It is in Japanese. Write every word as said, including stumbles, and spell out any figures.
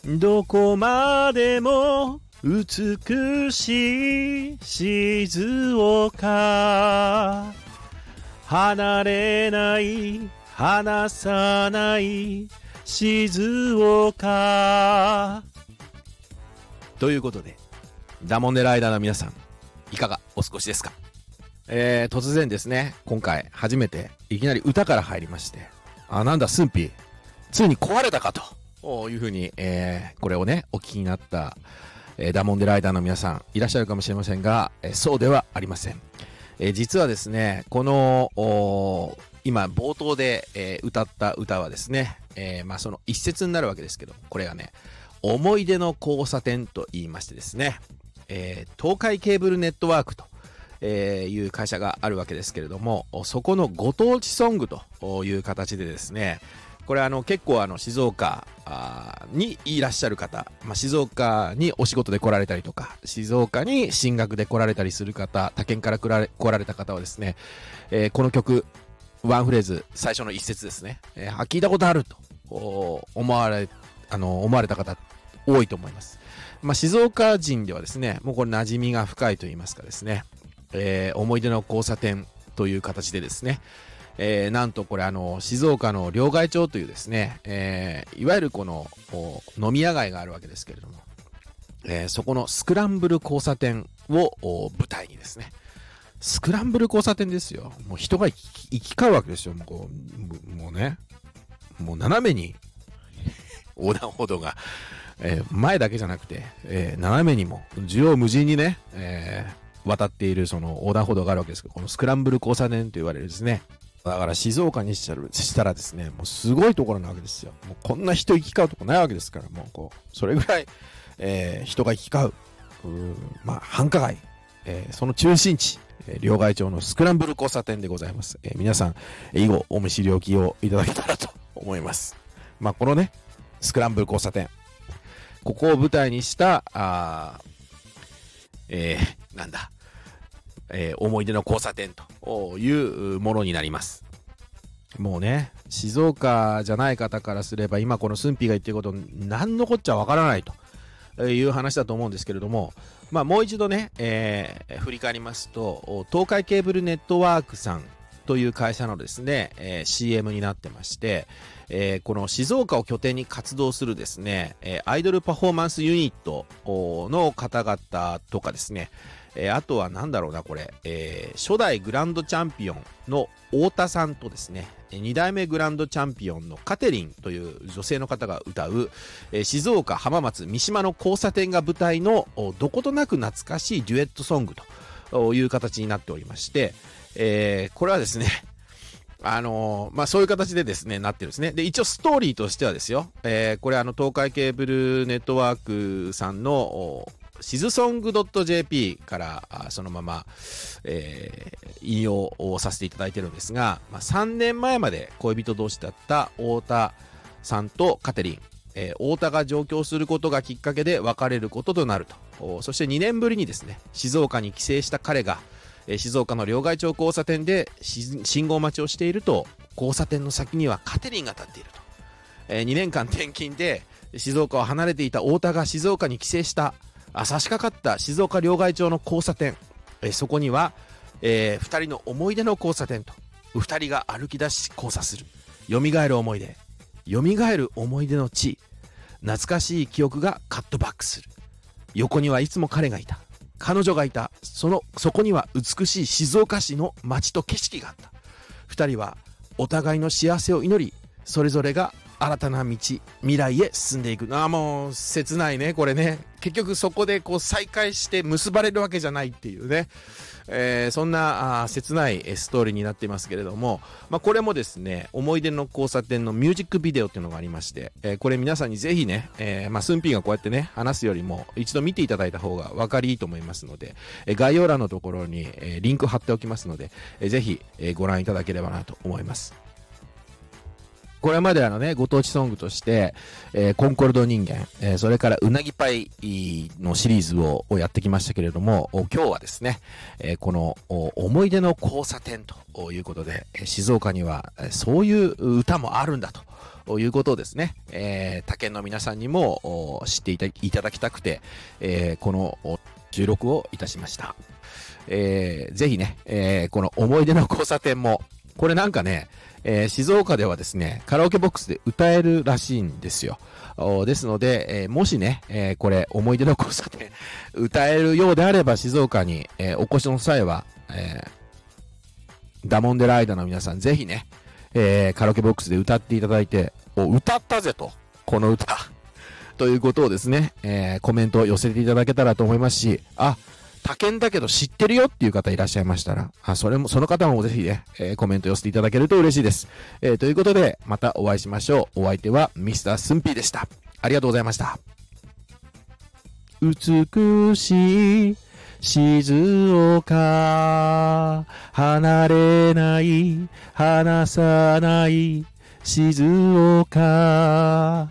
どこまでも美しい静岡、離れない離さない静岡ということで、ダモンデライダーの皆さん、いかがお過ごしですか？えー、突然ですね、今回初めていきなり歌から入りまして、あ、なんだスンピついに壊れたかというふうに、えー、これをねお聞きになった、えー、ダモンデライダーの皆さんいらっしゃるかもしれませんが、えー、そうではありません。えー、実はですね、この今冒頭で、えー、歌った歌はですね、えー、まあその一節になるわけですけど、これがね、思い出の交差点と言いましてですね、えー、東海ケーブルネットワークとえー、いう会社があるわけですけれども、そこのご当地ソングという形でですね、これあの結構あの静岡にいらっしゃる方、まあ、静岡にお仕事で来られたりとか、静岡に進学で来られたりする方、他県から来られ、来られた方はですね、えー、この曲ワンフレーズ最初の一節ですね、えー、聞いたことあると思われあの思われた方多いと思います。まあ、静岡人ではですね、もうこれ馴染みが深いと言いますかですね、えー、思い出の交差点という形でですね、えー、なんとこれあの静岡の両替町というですね、えー、いわゆるこの飲み屋街があるわけですけれども、えー、そこのスクランブル交差点を舞台にですね、スクランブル交差点ですよ。もう人が行き行き交うわけですよ。もうこう、もうね、もう斜めに横断歩道が、えー、前だけじゃなくて、えー、斜めにも縦横無尽にね、えー渡っているその横断歩道があるわけですけど、このスクランブル交差点と言われるですね、だから静岡にしたらですね、もうすごいところなわけですよ。もうこんな人行き交うとこないわけですから、もうこうそれぐらい、えー、人が行き交う、うまあ繁華街、えー、その中心地、えー、両替町のスクランブル交差点でございます。えー、皆さん以後お見知りおきをいただけたらと思います。まあこのねスクランブル交差点、ここを舞台にしたあえー、なんだ、えー、思い出の交差点というものになります。もうね、静岡じゃない方からすれば、今このスンピーが言ってること何のこっちゃわからないという話だと思うんですけれども、まあもう一度ね、えー、振り返りますと、東海ケーブルネットワークさんという会社のですね、えー、シーエム になってまして、えー、この静岡を拠点に活動するですね、えー、アイドルパフォーマンスユニットの方々とかですね、えー、あとはなんだろうなこれ、えー、初代グランドチャンピオンの太田さんとですね、に代目グランドチャンピオンのカテリンという女性の方が歌う、えー、静岡浜松三島の交差点が舞台のどことなく懐かしいデュエットソングという形になっておりまして、えー、これはですね、あのー、まあ、そういう形でですね、なってるんですね。で、一応ストーリーとしてはですよ、えー、これあの、東海ケーブルネットワークさんのシズソング .jp からそのまま、えー、引用をさせていただいてるんですが、まあ、さんねんまえまで恋人同士だった太田さんとカテリン、えー、太田が上京することがきっかけで別れることとなると。そしてにねんぶりにですね、静岡に帰省した彼が静岡の両替町交差点で信号待ちをしていると、交差点の先にはカテリンが立っていると、えー、にねんかん転勤で静岡を離れていた太田が静岡に帰省した、あ差し掛かった静岡両替町の交差点、えー、そこには、えー、ふたりの思い出の交差点と、ふたりが歩き出し交差する、よみがえる思い出、よみがえる思い出の地、懐かしい記憶がカットバックする、横にはいつも彼がいた、彼女がいた、そのそこには美しい静岡市の街と景色があった。二人はお互いの幸せを祈り、それぞれが新たな道、未来へ進んでいく。ああ、もう切ないねこれね。結局そこでこう再会して結ばれるわけじゃないっていうね、えー、そんなあ切ないストーリーになっていますけれども、まあ、これもですね、思い出の交差点のミュージックビデオっていうのがありまして、えー、これ皆さんにぜひね、えーまあ、スンピーがこうやってね話すよりも一度見ていただいた方が分かりいいと思いますので、えー、概要欄のところに、えー、リンク貼っておきますので、えー、ぜひ、えー、ご覧いただければなと思います。これまであのね、ご当地ソングとして、えー、コンコルド人間、えー、それからうなぎパイのシリーズをやってきましたけれども、今日はですね、えー、この思い出の交差点ということで、静岡にはそういう歌もあるんだということをですね、えー、他県の皆さんにも知っていた、いただきたくて、えー、この収録をいたしました。えー、ぜひね、えー、この思い出の交差点も、これなんかね、えー、静岡ではですね、カラオケボックスで歌えるらしいんですよ。ですので、えー、もしね、えー、これ思い出の交差点歌えるようであれば静岡に、えー、お越しの際は、えー、ダモンデライダーの皆さんぜひね、えー、カラオケボックスで歌っていただいて、お、歌ったぜと、この歌ということをですね、えー、コメントを寄せていただけたらと思いますし、あ、他県だけど知ってるよっていう方いらっしゃいましたら、あ、それも、その方もぜひね、えー、コメント寄せていただけると嬉しいです。えー、ということで、またお会いしましょう。お相手はミスタースンピーでした。ありがとうございました。美しい静岡、離れない、離さない静岡。